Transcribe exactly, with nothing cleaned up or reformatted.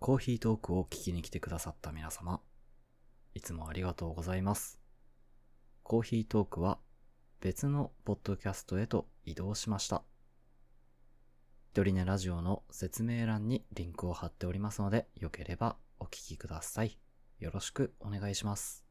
コーヒートークを聞きに来てくださった皆様、いつもありがとうございます。コーヒートークは別のポッドキャストへと移動しました。ひとりねラジオの説明欄にリンクを貼っておりますので、よければお聞きください。よろしくお願いします。